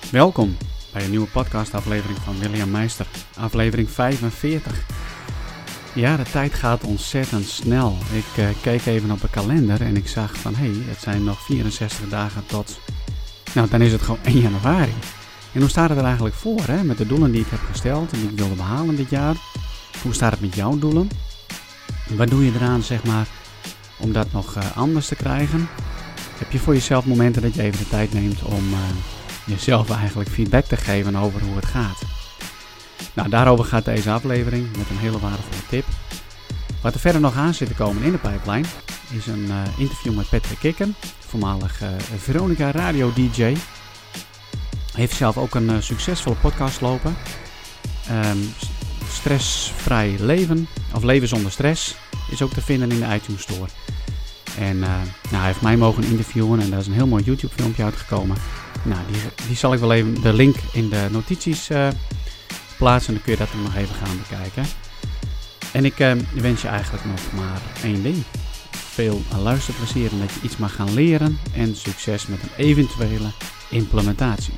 Welkom bij een nieuwe podcastaflevering van William Meister, aflevering 45. Ja, de tijd gaat ontzettend snel. Ik keek even op de kalender en ik zag van het zijn nog 64 dagen tot... Nou, dan is het gewoon 1 januari. En hoe staat het er eigenlijk voor met de doelen die ik heb gesteld en die ik wilde behalen dit jaar? Hoe staat het met jouw doelen? Wat doe je eraan, om dat nog anders te krijgen? Heb je voor jezelf momenten dat je even de tijd neemt om jezelf eigenlijk feedback te geven over hoe het gaat? Nou, daarover gaat deze aflevering met een hele waardevolle tip. Wat er verder nog aan zit te komen in de pipeline is een interview met Patrick Kikker, voormalig Veronica Radio DJ. Hij heeft zelf ook een succesvolle podcast lopen. Stressvrij leven, of leven zonder stress, is ook te vinden in de iTunes Store. En hij heeft mij mogen interviewen en daar is een heel mooi YouTube filmpje uitgekomen. Nou, die zal ik wel even de link in de notities plaatsen en dan kun je dat nog even gaan bekijken. En ik wens je eigenlijk nog maar 1 ding. Veel luisterplezier en dat je iets mag gaan leren en succes met een eventuele implementatie.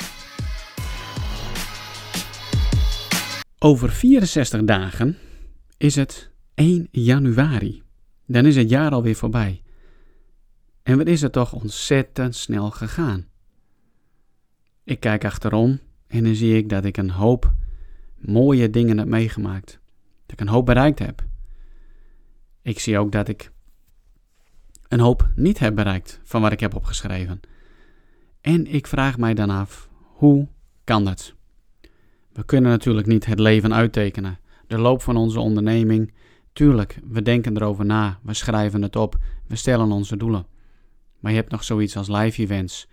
Over 64 dagen is het 1 januari. Dan is het jaar alweer voorbij. En wat is het toch ontzettend snel gegaan. Ik kijk achterom en dan zie ik dat ik een hoop mooie dingen heb meegemaakt. Dat ik een hoop bereikt heb. Ik zie ook dat ik een hoop niet heb bereikt van wat ik heb opgeschreven. En ik vraag mij dan af, hoe kan dat? We kunnen natuurlijk niet het leven uittekenen. De loop van onze onderneming, tuurlijk, we denken erover na, we schrijven het op, we stellen onze doelen. Maar je hebt nog zoiets als live events.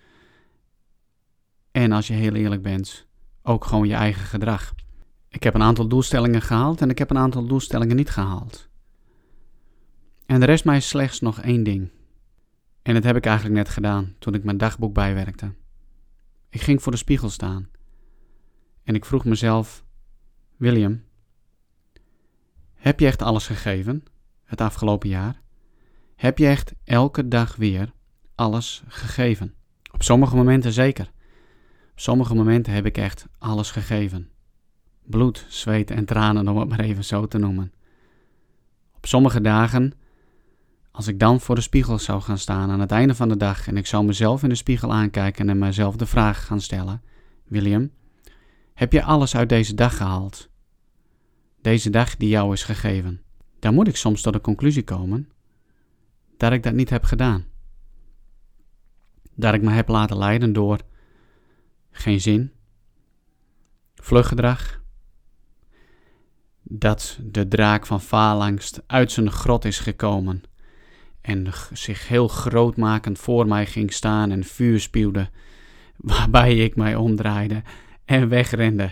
En als je heel eerlijk bent, ook gewoon je eigen gedrag. Ik heb een aantal doelstellingen gehaald en ik heb een aantal doelstellingen niet gehaald. En er rest mij slechts nog 1 ding. En dat heb ik eigenlijk net gedaan toen ik mijn dagboek bijwerkte. Ik ging voor de spiegel staan. En ik vroeg mezelf, William, heb je echt alles gegeven het afgelopen jaar? Heb je echt elke dag weer alles gegeven? Op sommige momenten zeker. Op sommige momenten heb ik echt alles gegeven. Bloed, zweet en tranen, om het maar even zo te noemen. Op sommige dagen, als ik dan voor de spiegel zou gaan staan aan het einde van de dag en ik zou mezelf in de spiegel aankijken en mezelf de vraag gaan stellen, William, heb je alles uit deze dag gehaald? Deze dag die jou is gegeven. Dan moet ik soms tot de conclusie komen dat ik dat niet heb gedaan. Dat ik me heb laten leiden door geen zin, vluggedrag, dat de draak van faalangst uit zijn grot is gekomen en zich heel grootmakend voor mij ging staan en vuur spuwde, waarbij ik mij omdraaide en wegrende.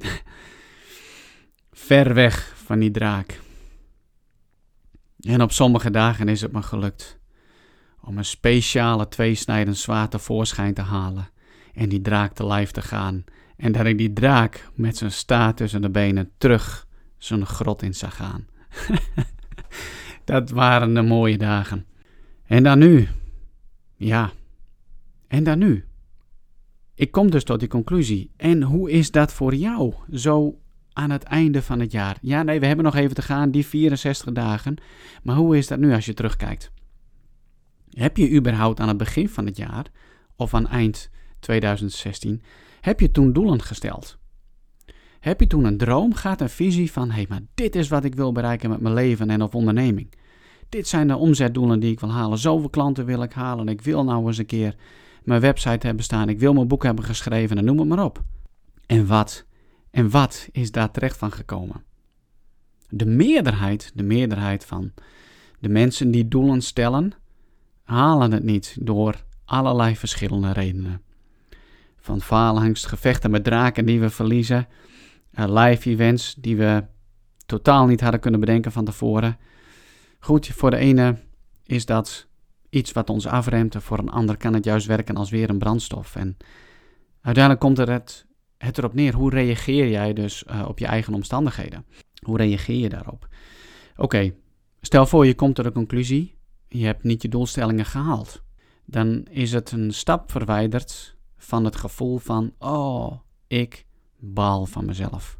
Ver weg van die draak. En op sommige dagen is het me gelukt om een speciale 2-snijdend zwaard tevoorschijn te halen en die draak te lijf te gaan. En dat ik die draak met zijn staart tussen de benen terug zijn grot in zag gaan. Dat waren de mooie dagen. En dan nu. Ja. En dan nu. Ik kom dus tot die conclusie. En hoe is dat voor jou? Zo aan het einde van het jaar. Ja, nee, we hebben nog even te gaan, die 64 dagen. Maar hoe is dat nu als je terugkijkt? Heb je überhaupt aan het begin van het jaar, of aan eind 2016, heb je toen doelen gesteld? Heb je toen een droom gehad, een visie van, maar dit is wat ik wil bereiken met mijn leven en of onderneming. Dit zijn de omzetdoelen die ik wil halen. Zoveel klanten wil ik halen. Ik wil nou eens een keer mijn website hebben staan. Ik wil mijn boek hebben geschreven en noem het maar op. En wat is daar terecht van gekomen? De meerderheid van de mensen die doelen stellen, halen het niet door allerlei verschillende redenen. Van faalangst, gevechten met draken die we verliezen, live events die we totaal niet hadden kunnen bedenken van tevoren. Goed, voor de ene is dat iets wat ons afremt en voor een ander kan het juist werken als weer een brandstof. En uiteindelijk komt het erop neer, hoe reageer jij dus op je eigen omstandigheden? Hoe reageer je daarop? Oké, stel voor je komt tot de conclusie, je hebt niet je doelstellingen gehaald. Dan is het een stap verwijderd van het gevoel van, ik baal van mezelf.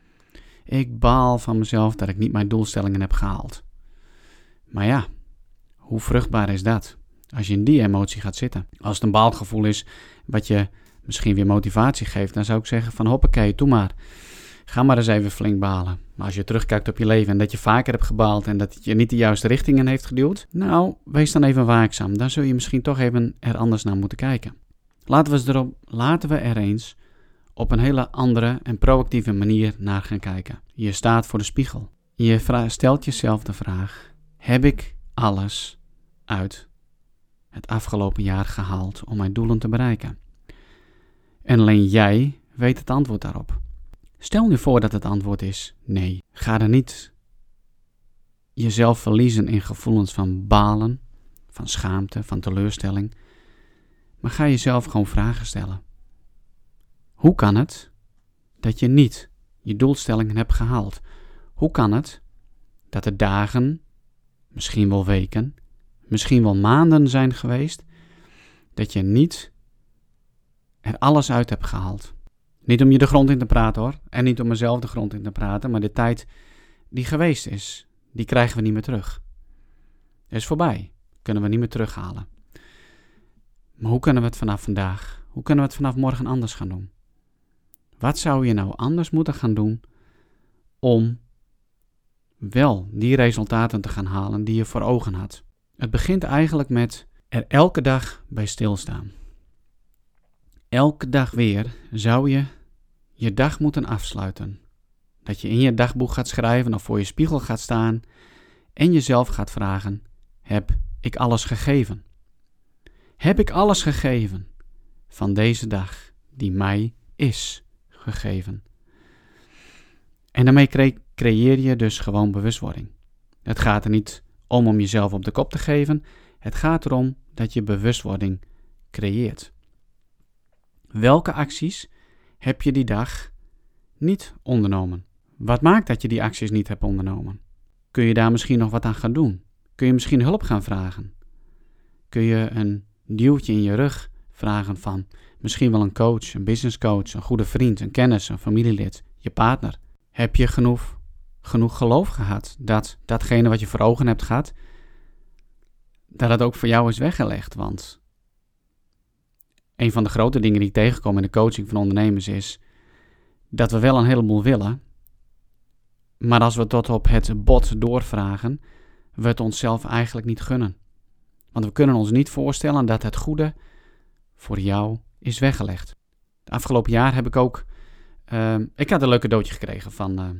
Ik baal van mezelf dat ik niet mijn doelstellingen heb gehaald. Maar ja, hoe vruchtbaar is dat? Als je in die emotie gaat zitten. Als het een baalgevoel is wat je misschien weer motivatie geeft, dan zou ik zeggen van hoppakee, doe maar. Ga maar eens even flink balen. Maar als je terugkijkt op je leven en dat je vaker hebt gebaald en dat het je niet de juiste richting in heeft geduwd, nou, wees dan even waakzaam. Dan zul je misschien toch even er anders naar moeten kijken. Laten we er eens op een hele andere en proactieve manier naar gaan kijken. Je staat voor de spiegel. Je stelt jezelf de vraag, heb ik alles uit het afgelopen jaar gehaald om mijn doelen te bereiken? En alleen jij weet het antwoord daarop. Stel nu voor dat het antwoord is nee. Ga er niet jezelf verliezen in gevoelens van balen, van schaamte, van teleurstelling. Maar ga jezelf gewoon vragen stellen. Hoe kan het dat je niet je doelstellingen hebt gehaald? Hoe kan het dat er dagen, misschien wel weken, misschien wel maanden zijn geweest, dat je niet er alles uit hebt gehaald? Niet om je de grond in te praten hoor, en niet om mezelf de grond in te praten, maar de tijd die geweest is, die krijgen we niet meer terug. Dat is voorbij, kunnen we niet meer terughalen. Maar hoe kunnen we het vanaf vandaag, hoe kunnen we het vanaf morgen anders gaan doen? Wat zou je nou anders moeten gaan doen om wel die resultaten te gaan halen die je voor ogen had? Het begint eigenlijk met er elke dag bij stilstaan. Elke dag weer zou je je dag moeten afsluiten. Dat je in je dagboek gaat schrijven of voor je spiegel gaat staan en jezelf gaat vragen, heb ik alles gegeven? Heb ik alles gegeven van deze dag die mij is gegeven? En daarmee creëer je dus gewoon bewustwording. Het gaat er niet om jezelf op de kop te geven. Het gaat erom dat je bewustwording creëert. Welke acties heb je die dag niet ondernomen? Wat maakt dat je die acties niet hebt ondernomen? Kun je daar misschien nog wat aan gaan doen? Kun je misschien hulp gaan vragen? Kun je een duwtje in je rug vragen van misschien wel een coach, een businesscoach, een goede vriend, een kennis, een familielid, je partner? Heb je genoeg geloof gehad dat datgene wat je voor ogen hebt gehad, dat het ook voor jou is weggelegd? Want een van de grote dingen die ik tegenkom in de coaching van ondernemers is dat we wel een heleboel willen, maar als we tot op het bot doorvragen, we het onszelf eigenlijk niet gunnen. Want we kunnen ons niet voorstellen dat het goede voor jou is weggelegd. Het afgelopen jaar heb ik ook, ik had een leuk cadeautje gekregen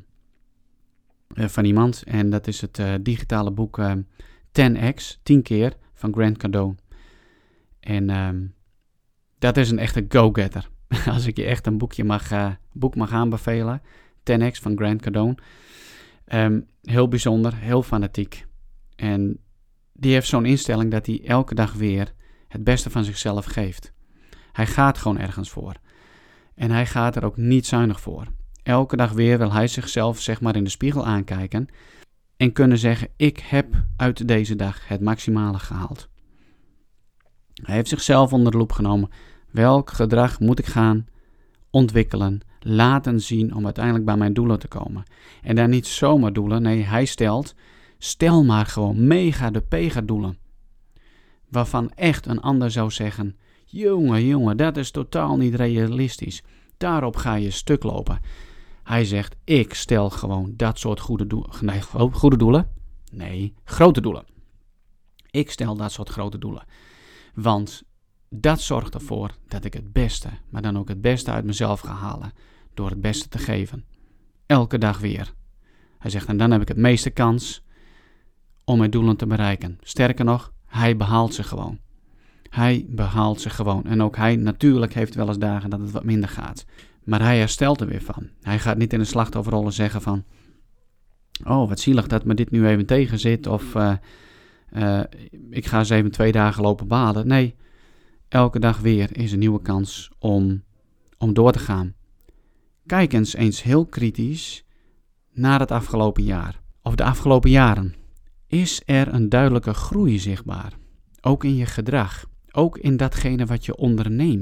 van iemand. En dat is het digitale boek 10x, 10 keer, van Grant Cardone. En dat is een echte go-getter. Als ik je echt een boek mag aanbevelen. 10x van Grant Cardone. Heel bijzonder, heel fanatiek. En die heeft zo'n instelling dat hij elke dag weer het beste van zichzelf geeft. Hij gaat gewoon ergens voor. En hij gaat er ook niet zuinig voor. Elke dag weer wil hij zichzelf zeg maar in de spiegel aankijken en kunnen zeggen, ik heb uit deze dag het maximale gehaald. Hij heeft zichzelf onder de loep genomen. Welk gedrag moet ik gaan ontwikkelen, laten zien om uiteindelijk bij mijn doelen te komen? En dan niet zomaar doelen, nee, hij stel maar gewoon mega de pega doelen. Waarvan echt een ander zou zeggen, jongen, dat is totaal niet realistisch. Daarop ga je stuk lopen. Hij zegt, ik stel gewoon dat soort goede doelen. Nee, grote doelen. Ik stel dat soort grote doelen. Want dat zorgt ervoor dat ik het beste, maar dan ook het beste uit mezelf ga halen. Door het beste te geven. Elke dag weer. Hij zegt, en dan heb ik het meeste kans om mijn doelen te bereiken. Sterker nog, hij behaalt ze gewoon. Hij behaalt ze gewoon. En ook hij natuurlijk heeft wel eens dagen dat het wat minder gaat. Maar hij herstelt er weer van. Hij gaat niet in de slachtofferrollen zeggen van, oh wat zielig dat me dit nu even tegen zit. Of ik ga eens even 2 dagen lopen balen. Nee, elke dag weer is een nieuwe kans om door te gaan. Kijk eens heel kritisch naar het afgelopen jaar. Of de afgelopen jaren. Is er een duidelijke groei zichtbaar? Ook in je gedrag. Ook in datgene wat je onderneemt.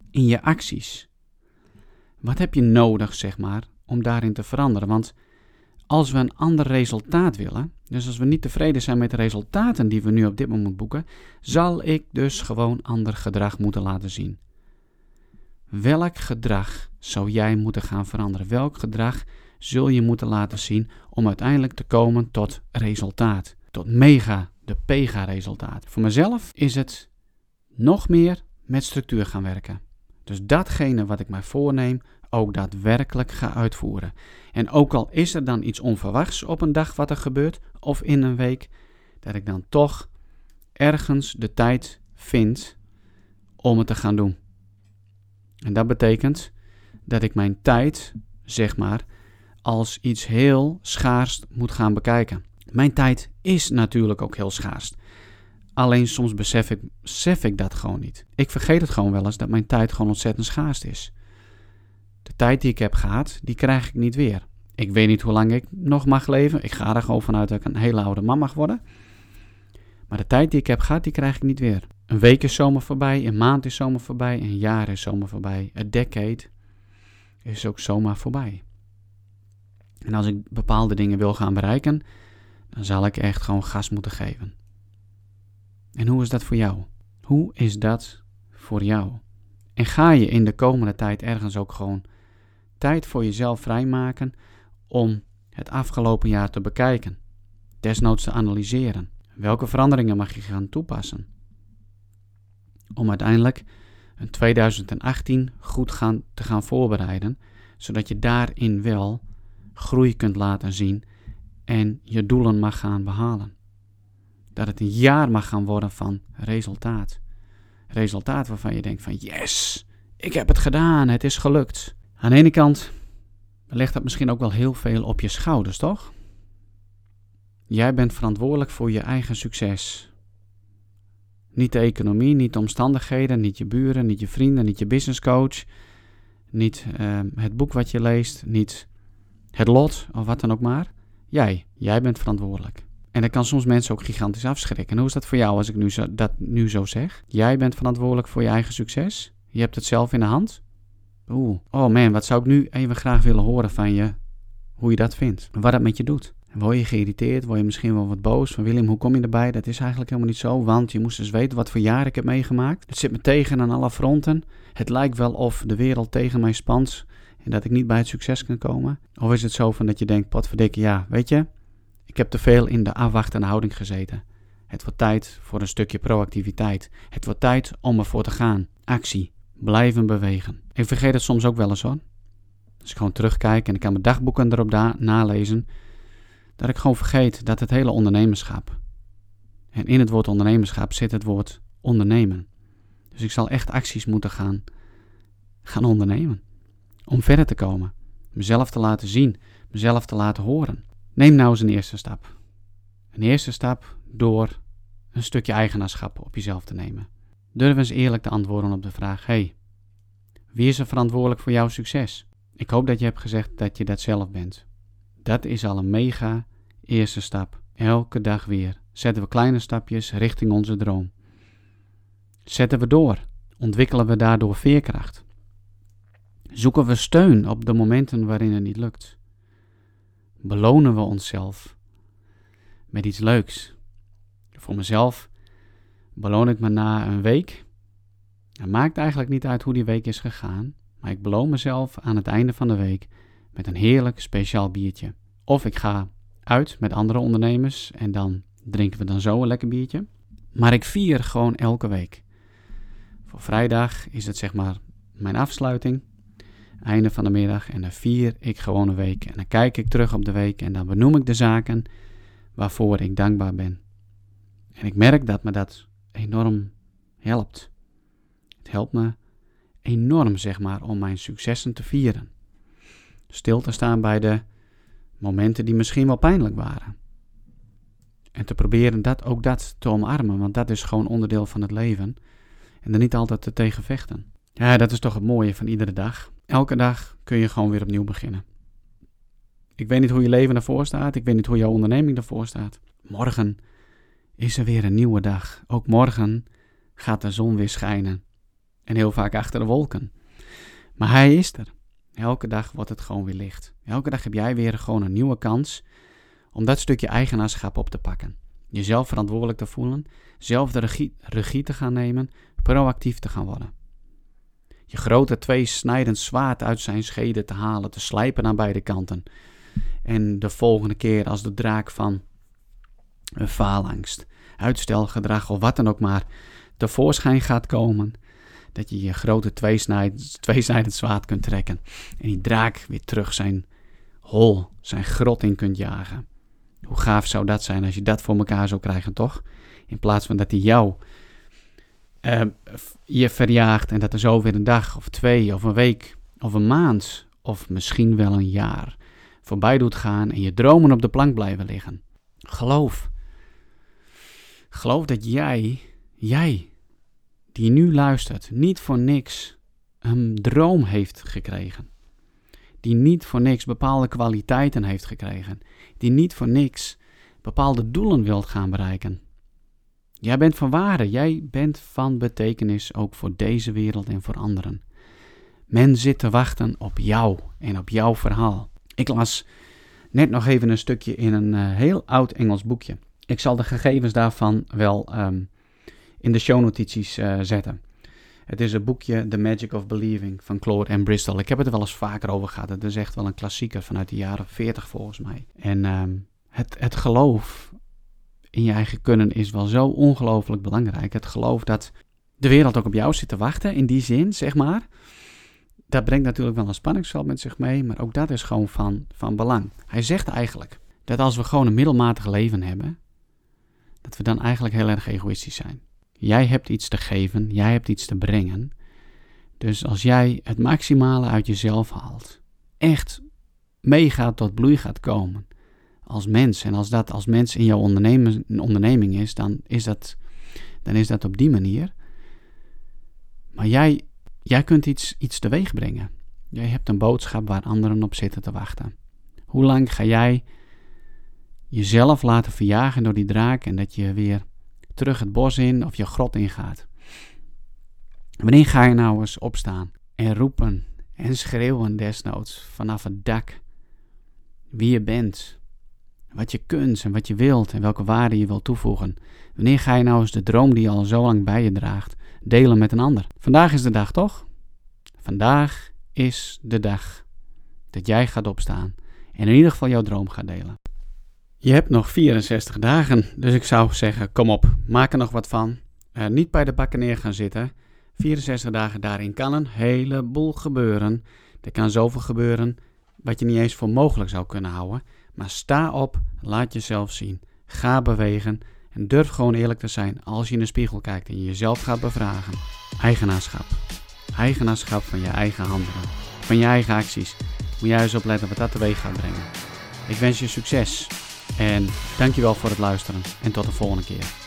in je acties? Wat heb je nodig, zeg maar, om daarin te veranderen? Want als we een ander resultaat willen, dus als we niet tevreden zijn met de resultaten die we nu op dit moment boeken, zal ik dus gewoon ander gedrag moeten laten zien. Welk gedrag zou jij moeten gaan veranderen? Welk gedrag zul je moeten laten zien om uiteindelijk te komen tot resultaat? Tot de pega-resultaat. Voor mezelf is het nog meer met structuur gaan werken. Dus datgene wat ik mij voorneem, ook daadwerkelijk ga uitvoeren. En ook al is er dan iets onverwachts op een dag wat er gebeurt, of in een week, dat ik dan toch ergens de tijd vind om het te gaan doen. En dat betekent dat ik mijn tijd, zeg maar, als iets heel schaars moet gaan bekijken. Mijn tijd is natuurlijk ook heel schaars. Alleen soms besef ik dat gewoon niet. Ik vergeet het gewoon wel eens dat mijn tijd gewoon ontzettend schaars is. De tijd die ik heb gehad, die krijg ik niet weer. Ik weet niet hoe lang ik nog mag leven. Ik ga er gewoon vanuit dat ik een hele oude man mag worden. Maar de tijd die ik heb gehad, die krijg ik niet weer. Een week is zomaar voorbij, een maand is zomaar voorbij, een jaar is zomaar voorbij. Een decade is ook zomaar voorbij. En als ik bepaalde dingen wil gaan bereiken, dan zal ik echt gewoon gas moeten geven. En hoe is dat voor jou? Hoe is dat voor jou? En ga je in de komende tijd ergens ook gewoon tijd voor jezelf vrijmaken om het afgelopen jaar te bekijken, desnoods te analyseren. Welke veranderingen mag je gaan toepassen? Om uiteindelijk een 2018 goed te gaan voorbereiden, zodat je daarin wel groei kunt laten zien en je doelen mag gaan behalen. Dat het een jaar mag gaan worden van resultaat. Resultaat waarvan je denkt van yes, ik heb het gedaan, het is gelukt. Aan de ene kant ligt dat misschien ook wel heel veel op je schouders, toch? Jij bent verantwoordelijk voor je eigen succes. Niet de economie, niet de omstandigheden, niet je buren, niet je vrienden, niet je businesscoach, niet het boek wat je leest, niet het lot of wat dan ook maar. Jij bent verantwoordelijk. En dat kan soms mensen ook gigantisch afschrikken. En hoe is dat voor jou als ik dat nu zo zeg? Jij bent verantwoordelijk voor je eigen succes. Je hebt het zelf in de hand. Oh man, wat zou ik nu even graag willen horen van je, hoe je dat vindt. Wat dat met je doet. Word je geïrriteerd? Word je misschien wel wat boos? Van Willem, hoe kom je erbij? Dat is eigenlijk helemaal niet zo, want je moest eens weten wat voor jaar ik heb meegemaakt. Het zit me tegen aan alle fronten. Het lijkt wel of de wereld tegen mij spant en dat ik niet bij het succes kan komen. Of is het zo van dat je denkt, potverdikke, ja, weet je, ik heb te veel in de afwachtende houding gezeten. Het wordt tijd voor een stukje proactiviteit. Het wordt tijd om ervoor te gaan. Actie. Blijven bewegen. Ik vergeet het soms ook wel eens hoor. Als ik gewoon terugkijk en ik kan mijn dagboeken erop nalezen, dat ik gewoon vergeet dat het hele ondernemerschap. En in het woord ondernemerschap zit het woord ondernemen. Dus ik zal echt acties moeten gaan ondernemen. Om verder te komen. Mezelf te laten zien. Mezelf te laten horen. Neem nou eens een eerste stap. Een eerste stap door een stukje eigenaarschap op jezelf te nemen. Durf eens eerlijk te antwoorden op de vraag, wie is er verantwoordelijk voor jouw succes? Ik hoop dat je hebt gezegd dat je dat zelf bent. Dat is al een mega eerste stap. Elke dag weer zetten we kleine stapjes richting onze droom. Zetten we door. Ontwikkelen we daardoor veerkracht. Zoeken we steun op de momenten waarin het niet lukt. Belonen we onszelf met iets leuks. Voor mezelf beloon ik me na een week. Het maakt eigenlijk niet uit hoe die week is gegaan, maar ik beloon mezelf aan het einde van de week met een heerlijk speciaal biertje. Of ik ga uit met andere ondernemers en dan drinken we dan zo een lekker biertje. Maar ik vier gewoon elke week. Voor vrijdag is het zeg maar mijn afsluiting. Einde van de middag en dan vier ik gewoon een week. En dan kijk ik terug op de week en dan benoem ik de zaken waarvoor ik dankbaar ben. En ik merk dat me dat enorm helpt. Het helpt me enorm, zeg maar, om mijn successen te vieren. Stil te staan bij de momenten die misschien wel pijnlijk waren. En te proberen dat te omarmen, want dat is gewoon onderdeel van het leven. En er niet altijd te tegen vechten. Ja, dat is toch het mooie van iedere dag. Elke dag kun je gewoon weer opnieuw beginnen. Ik weet niet hoe je leven ervoor staat. Ik weet niet hoe jouw onderneming ervoor staat. Morgen is er weer een nieuwe dag. Ook morgen gaat de zon weer schijnen. en heel vaak achter de wolken. Maar hij is er. Elke dag wordt het gewoon weer licht. Elke dag heb jij weer gewoon een nieuwe kans om dat stukje eigenaarschap op te pakken. Jezelf verantwoordelijk te voelen, zelf de regie te gaan nemen, proactief te gaan worden. Je grote tweesnijdend zwaard uit zijn schede te halen, te slijpen aan beide kanten. En de volgende keer als de draak van faalangst, uitstelgedrag of wat dan ook maar tevoorschijn gaat komen, dat je je grote tweesnijdend zwaard kunt trekken en die draak weer terug zijn hol, zijn grot in kunt jagen. Hoe gaaf zou dat zijn als je dat voor elkaar zou krijgen, toch? In plaats van dat hij jou je verjaagt en dat er zo weer een dag of 2 of een week of een maand of misschien wel een jaar voorbij doet gaan en je dromen op de plank blijven liggen. Geloof dat jij die nu luistert, niet voor niks een droom heeft gekregen. Die niet voor niks bepaalde kwaliteiten heeft gekregen. Die niet voor niks bepaalde doelen wilt gaan bereiken. Jij bent van waarde, jij bent van betekenis ook voor deze wereld en voor anderen. Men zit te wachten op jou en op jouw verhaal. Ik las net nog even een stukje in een heel oud Engels boekje. Ik zal de gegevens daarvan wel in de shownotities zetten. Het is een boekje The Magic of Believing van Claude M. Bristol. Ik heb het er wel eens vaker over gehad. Het is echt wel een klassieker vanuit de jaren 40 volgens mij. En het geloof in je eigen kunnen is wel zo ongelooflijk belangrijk. Het geloof dat de wereld ook op jou zit te wachten, in die zin, zeg maar. Dat brengt natuurlijk wel een spanningsveld met zich mee, maar ook dat is gewoon van belang. Hij zegt eigenlijk dat als we gewoon een middelmatig leven hebben, dat we dan eigenlijk heel erg egoïstisch zijn. Jij hebt iets te geven, jij hebt iets te brengen. Dus als jij het maximale uit jezelf haalt, echt meegaat tot bloei gaat komen als mens, en als dat als mens in jouw onderneming is, dan is dat op die manier. Maar jij kunt iets teweeg brengen. Jij hebt een boodschap waar anderen op zitten te wachten. Hoe lang ga jij jezelf laten verjagen door die draak en dat je weer terug het bos in of je grot ingaat? Wanneer ga je nou eens opstaan en roepen en schreeuwen desnoods vanaf het dak wie je bent, wat je kunt en wat je wilt en welke waarde je wilt toevoegen? Wanneer ga je nou eens de droom die je al zo lang bij je draagt delen met een ander? Vandaag is de dag, toch? Vandaag is de dag dat jij gaat opstaan en in ieder geval jouw droom gaat delen. Je hebt nog 64 dagen, dus ik zou zeggen, kom op, maak er nog wat van. Niet bij de bakken neer gaan zitten. 64 dagen, daarin kan een heleboel gebeuren. Er kan zoveel gebeuren wat je niet eens voor mogelijk zou kunnen houden. Maar sta op, laat jezelf zien, ga bewegen en durf gewoon eerlijk te zijn als je in de spiegel kijkt en je jezelf gaat bevragen. Eigenaarschap. Eigenaarschap van je eigen handelen, van je eigen acties. Moet jij eens opletten wat dat teweeg gaat brengen. Ik wens je succes en dankjewel voor het luisteren en tot de volgende keer.